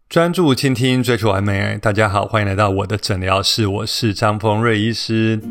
专注倾听，追求完美。大家好，欢迎来到我的诊疗室，我是张丰瑞医师。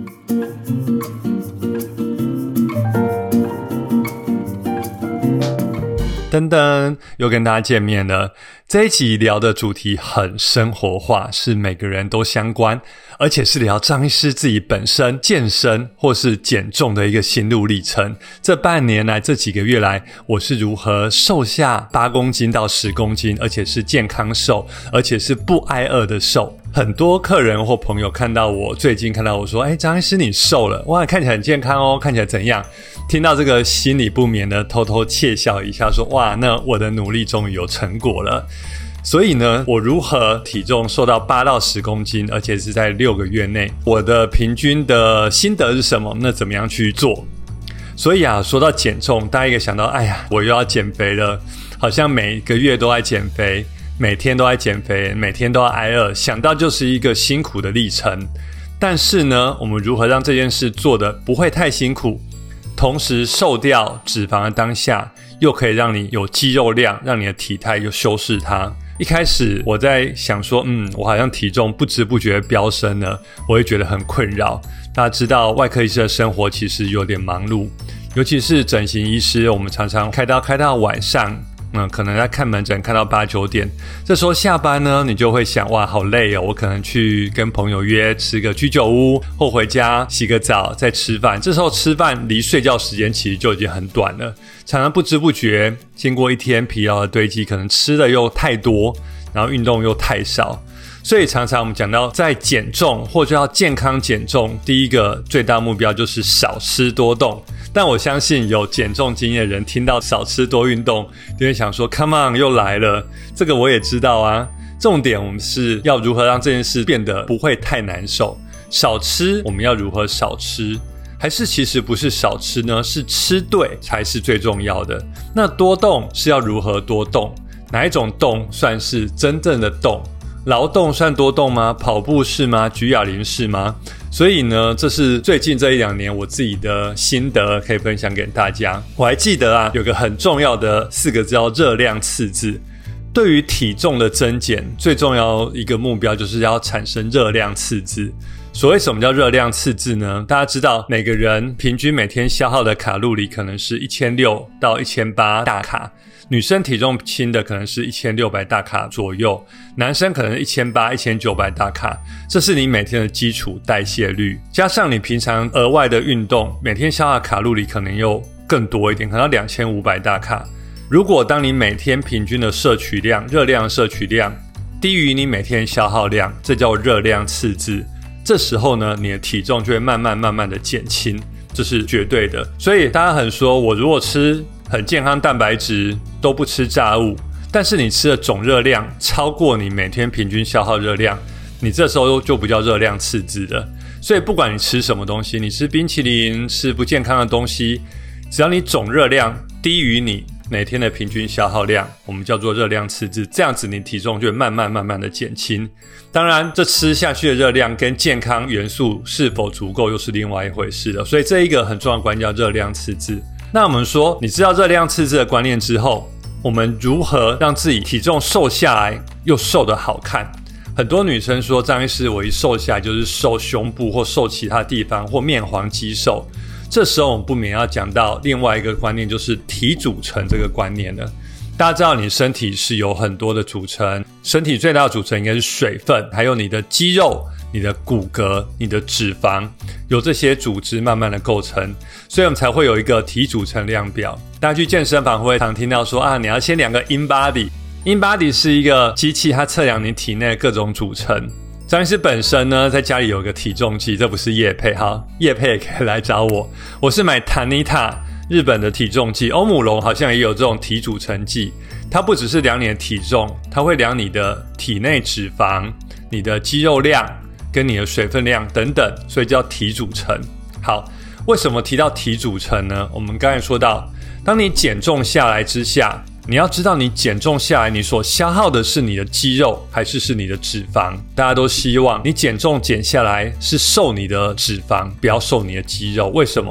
噔噔，又跟大家见面了。这一集聊的主题很生活化，是每个人都相关，而且是聊张医师自己本身健身或是减重的一个心路历程。这半年来，这几个月来，我是如何瘦下8公斤到10公斤，而且是健康瘦，而且是不挨饿的瘦。很多客人或朋友看到我，最近看到我说，张医师你瘦了，哇，看起来很健康哦，看起来怎样？听到这个心里不免的偷偷窃笑一下，说哇，那我的努力终于有成果了。所以呢，我如何体重瘦到8到10公斤，而且是在6个月内，我的平均的心得是什么？那怎么样去做？所以说到减重，大家一个想到，我又要减肥了，好像每个月都在减肥，每天都在减肥，每天都要挨饿，想到就是一个辛苦的历程。但是呢，我们如何让这件事做得不会太辛苦，同时瘦掉脂肪的当下，又可以让你有肌肉量，让你的体态又修饰它。一开始我在想说，我好像体重不知不觉飙升了，我会觉得很困扰。大家知道外科医师的生活其实有点忙碌，尤其是整形医师，我们常常开刀开到晚上，可能在看门诊看到8、9点，这时候下班呢，你就会想，哇，好累哦，我可能去跟朋友约吃个居酒屋，或回家洗个澡再吃饭。这时候吃饭离睡觉时间其实就已经很短了，常常不知不觉经过一天疲劳的堆积，可能吃的又太多，然后运动又太少。所以常常我们讲到在减重或者要健康减重，第一个最大目标就是少吃多动。但我相信有减重经验的人听到少吃多运动，就会想说 Come on 又来了，这个我也知道啊。重点我们是要如何让这件事变得不会太难受。少吃我们要如何少吃，还是其实不是少吃呢，是吃对才是最重要的。那多动是要如何多动，哪一种动算是真正的动？劳动算多动吗？跑步是吗？举哑铃是吗？所以呢，这是最近这1-2年我自己的心得，可以分享给大家。我还记得有个很重要的4个字叫热量赤字。对于体重的增减，最重要一个目标就是要产生热量赤字。所谓什么叫热量赤字呢？大家知道每个人平均每天消耗的卡路里可能是1600到1800大卡，女生体重轻的可能是1600大卡左右，男生可能是1800、1900大卡。这是你每天的基础代谢率，加上你平常额外的运动，每天消耗的卡路里可能又更多一点，可能要2500大卡。如果当你每天平均的摄取量，热量摄取量低于你每天消耗量，这叫热量赤字。这时候呢，你的体重就会慢慢的减轻，这是绝对的。所以大家很说，我如果吃很健康蛋白质，都不吃炸物，但是你吃的总热量超过你每天平均消耗热量，你这时候就不叫热量赤字了。所以不管你吃什么东西，你吃冰淇淋，吃不健康的东西，只要你总热量低于你每天的平均消耗量，我们叫做热量赤字，这样子你体重就会慢慢的减轻。当然这吃下去的热量跟健康元素是否足够又是另外一回事了。所以这一个很重要的观念叫热量赤字。那我们说你知道热量赤字的观念之后，我们如何让自己体重瘦下来又瘦得好看？很多女生说，张医师我一瘦下来就是瘦胸部或瘦其他地方或面黄肌瘦。这时候我们不免要讲到另外一个观念，就是体组成这个观念了。大家知道你身体是有很多的组成，身体最大的组成应该是水分，还有你的肌肉、你的骨骼、你的脂肪，由这些组织慢慢的构成，所以我们才会有一个体组成量表。大家去健身房会常听到说你要先量个 InBody。InBody 是一个机器，它测量你体内的各种组成。张医师本身呢，在家里有个体重计，这不是业配哈，业配也可以来找我。我是买 Tanita 日本的体重计，欧姆龙好像也有这种体组成计，它不只是量你的体重，它会量你的体内脂肪、你的肌肉量跟你的水分量等等，所以叫体组成。好，为什么提到体组成呢？我们刚才说到，当你减重下来之下，你要知道你减重下来，你所消耗的是你的肌肉还是你的脂肪。大家都希望你减重减下来是瘦你的脂肪，不要瘦你的肌肉。为什么？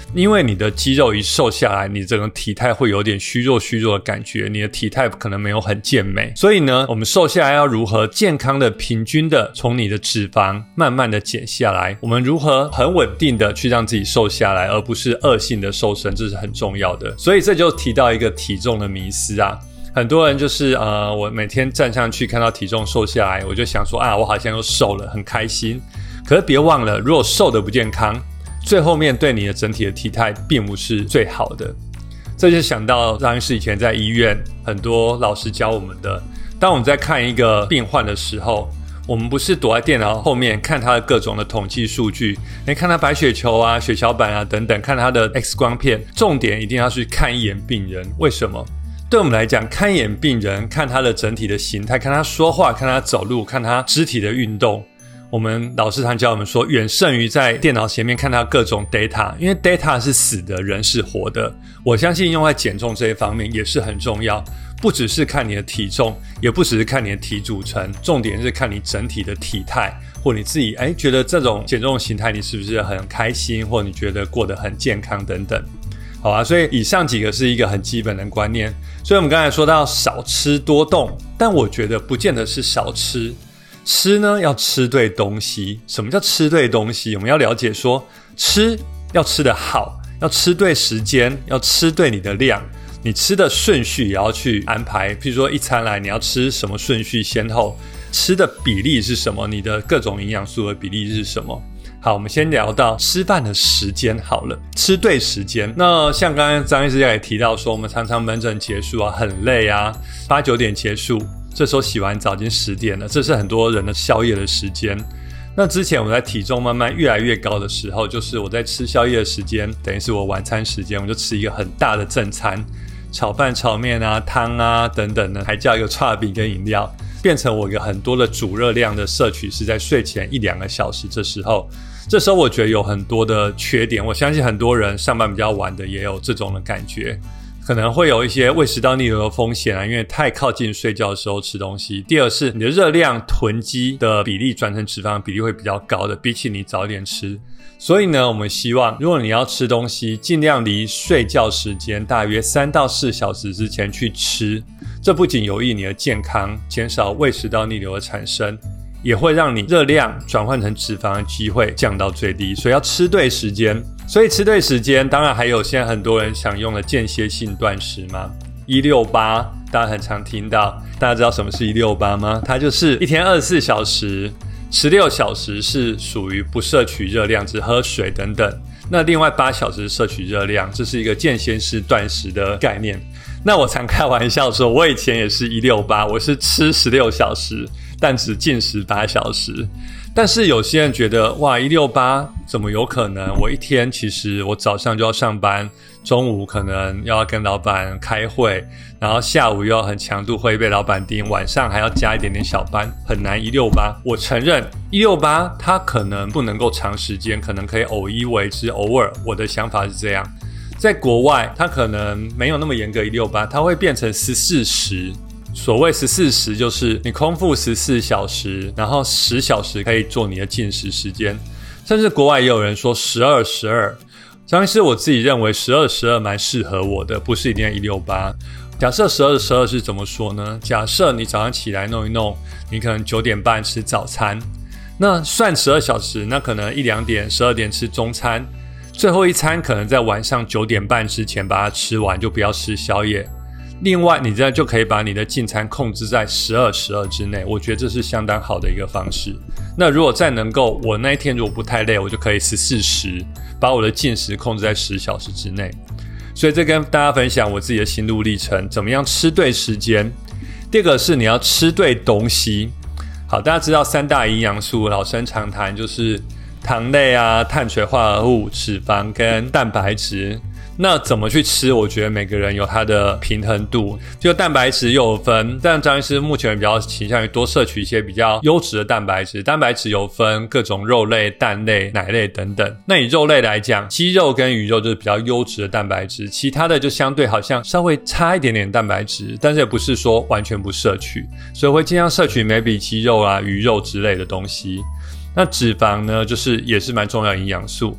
因为你的肌肉一瘦下来，你整个体态会有点虚弱的感觉，你的体态可能没有很健美。所以呢，我们瘦下来要如何健康的平均的从你的脂肪慢慢的减下来，我们如何很稳定的去让自己瘦下来，而不是恶性的瘦身，这是很重要的。所以这就提到一个体重的迷思啊，很多人就是我每天站上去看到体重瘦下来，我就想说我好像又瘦了，很开心。可是别忘了，如果瘦的不健康，最后面对你的整体的体态并不是最好的。这就想到张医师以前在医院很多老师教我们的，当我们在看一个病患的时候，我们不是躲在电脑后面看他的各种的统计数据，你看他白血球啊、血小板啊等等，看他的 X 光片，重点一定要去看一眼病人。为什么？对我们来讲，看一眼病人，看他的整体的形态，看他说话，看他走路，看他肢体的运动，我们老师常教我们说，远胜于在电脑前面看他各种 data， 因为 data 是死的，人是活的。我相信用在减重这一方面也是很重要，不只是看你的体重，也不只是看你的体组成，重点是看你整体的体态，或你自己觉得这种减重形态你是不是很开心，或你觉得过得很健康等等。好啊，所以以上几个是一个很基本的观念。所以我们刚才说到少吃多动，但我觉得不见得是少吃。吃呢要吃对东西。什么叫吃对东西？我们要了解说，吃要吃得好，要吃对时间，要吃对你的量，你吃的顺序也要去安排。譬如说一餐来你要吃什么顺序先后，吃的比例是什么，你的各种营养素的比例是什么。好，我们先聊到吃饭的时间好了，吃对时间。那像刚刚张医师也提到说，我们常常门诊结束很累8、9点结束，这时候洗完澡已经10点了，这是很多人的宵夜的时间。那之前我在体重慢慢越来越高的时候，就是我在吃宵夜的时间，等于是我晚餐时间，我就吃一个很大的正餐，炒饭、炒面汤等等的，还加一个剉饼跟饮料，变成我一个很多的主热量的摄取是在睡前1-2个小时。这时候我觉得有很多的缺点，我相信很多人上班比较晚的也有这种的感觉，可能会有一些胃食道逆流的风险因为太靠近睡觉的时候吃东西。第二是你的热量囤积的比例转成脂肪的比例会比较高的，比起你早点吃。所以呢，我们希望如果你要吃东西，尽量离睡觉时间大约3到4小时之前去吃，这不仅有益你的健康，减少胃食道逆流的产生，也会让你热量转换成脂肪的机会降到最低。所以要吃对时间。所以吃对时间，当然还有现在很多人想用的间歇性断食嘛，168大家很常听到。大家知道什么是168吗？它就是一天24小时16小时是属于不摄取热量，只喝水等等，那另外8小时摄取热量，这是一个间歇式断食的概念。那我常开玩笑说，我以前也是168，我是吃16小时但只进食8小时。但是有些人觉得哇，168怎么有可能？我一天其实我早上就要上班，中午可能要跟老板开会，然后下午又要很强度会被老板盯，晚上还要加一点点小班，很难168。我承认168它可能不能够长时间，可能可以偶一为之，偶尔。我的想法是这样，在国外它可能没有那么严格168，它会变成14时。所谓14时就是你空腹14小时，然后10小时可以做你的进食时间，甚至国外也有人说12。张医师我自己认为12蛮适合我的，不是一定要168。假设12是怎么说呢？假设你早上起来弄一弄，你可能9点半吃早餐，那算12小时，那可能1-2点12点吃中餐，最后一餐可能在晚上9点半之前把它吃完，就不要吃宵夜。另外你这样就可以把你的进餐控制在12之内，我觉得这是相当好的一个方式。那如果再能够，我那一天如果不太累，我就可以14时把我的进食控制在10小时之内。所以这跟大家分享我自己的心路历程，怎么样吃对时间。第二个是你要吃对东西。好，大家知道3大营养素，老生常谈，就是糖类碳水化合物、脂肪跟蛋白质。那怎么去吃？我觉得每个人有他的平衡度。就蛋白质又有分，但张医师目前比较倾向于多摄取一些比较优质的蛋白质。蛋白质有分各种肉类、蛋类、奶类等等。那以肉类来讲，鸡肉跟鱼肉就是比较优质的蛋白质，其他的就相对好像稍微差一点点蛋白质，但是也不是说完全不摄取，所以会尽量摄取maybe鸡肉鱼肉之类的东西。那脂肪呢，就是也是蛮重要的营养素。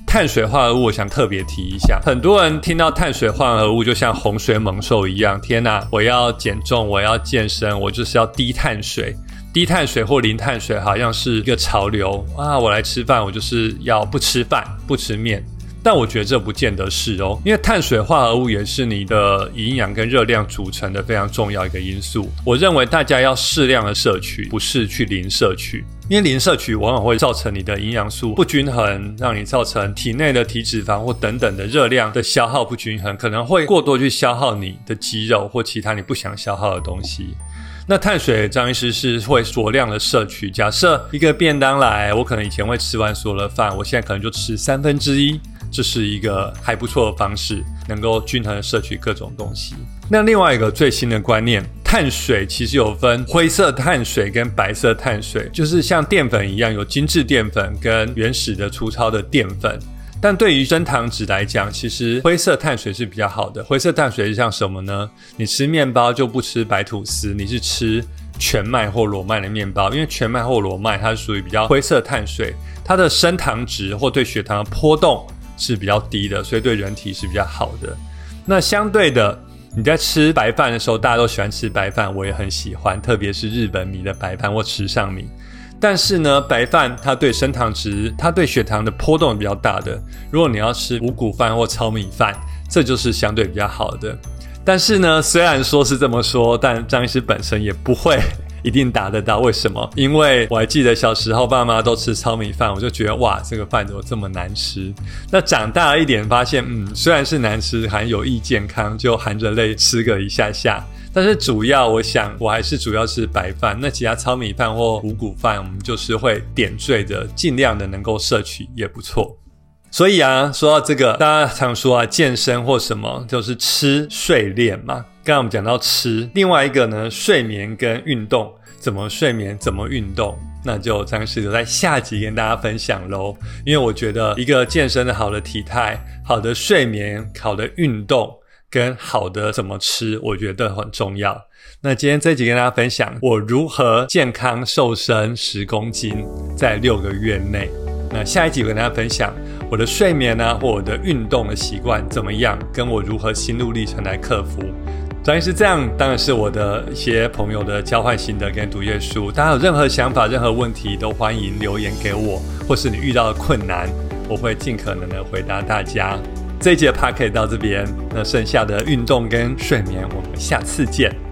碳水化合物我想特别提一下，很多人听到碳水化合物就像洪水猛兽一样，天哪，我要减重，我要健身，我就是要低碳水。低碳水或零碳水好像是一个潮流啊！我来吃饭，我就是要不吃饭不吃面，但我觉得这不见得是哦，因为碳水化合物也是你的营养跟热量组成的非常重要一个因素。我认为大家要适量的摄取，不是去零摄取，因为零摄取往往会造成你的营养素不均衡，让你造成体内的体脂肪或等等的热量的消耗不均衡，可能会过多去消耗你的肌肉或其他你不想消耗的东西。那碳水张医师是会酌量的摄取，假设一个便当来，我可能以前会吃完所有的饭，我现在可能就吃1/3，这是一个还不错的方式，能够均衡的摄取各种东西。那另外一个最新的观念，碳水其实有分灰色碳水跟白色碳水，就是像淀粉一样有精致淀粉跟原始的粗糙的淀粉。但对于升糖脂来讲，其实灰色碳水是比较好的。灰色碳水是像什么呢？你吃面包就不吃白吐司，你是吃全麦或裸麦的面包，因为全麦或裸麦它是属于比较灰色碳水，它的升糖值或对血糖的波动是比较低的，所以对人体是比较好的。那相对的，你在吃白饭的时候，大家都喜欢吃白饭，我也很喜欢，特别是日本米的白饭或池上米。但是呢，白饭它对升糖值，它对血糖的波动比较大的。如果你要吃五谷饭或糙米饭，这就是相对比较好的。但是呢，虽然说是这么说，但张医师本身也不会一定达得到。为什么？因为我还记得小时候爸妈都吃糙米饭，我就觉得哇，这个饭怎么这么难吃？那长大了一点发现，虽然是难吃，还有益健康，就含着泪吃个一下下。但是主要我想我还是主要吃白饭，那其他糙米饭或五谷饭我们就是会点缀的，尽量的能够摄取也不错。所以啊，说到这个，大家常说啊，健身或什么就是吃睡练嘛。刚刚我们讲到吃，另外一个呢，睡眠跟运动，怎么睡眠怎么运动，那就张医师留在下集跟大家分享咯。因为我觉得一个健身的好的体态，好的睡眠，好的运动跟好的怎么吃，我觉得很重要。那今天这一集跟大家分享我如何健康瘦身10公斤在6个月内。那下一集我跟大家分享我的睡眠啊，或我的运动的习惯怎么样，跟我如何心路历程来克服。张医师这样当然是我的一些朋友的交换心得跟读页书，大家有任何想法任何问题都欢迎留言给我，或是你遇到的困难，我会尽可能的回答大家。这一集的 Podcast 到这边，那剩下的运动跟睡眠我们下次见。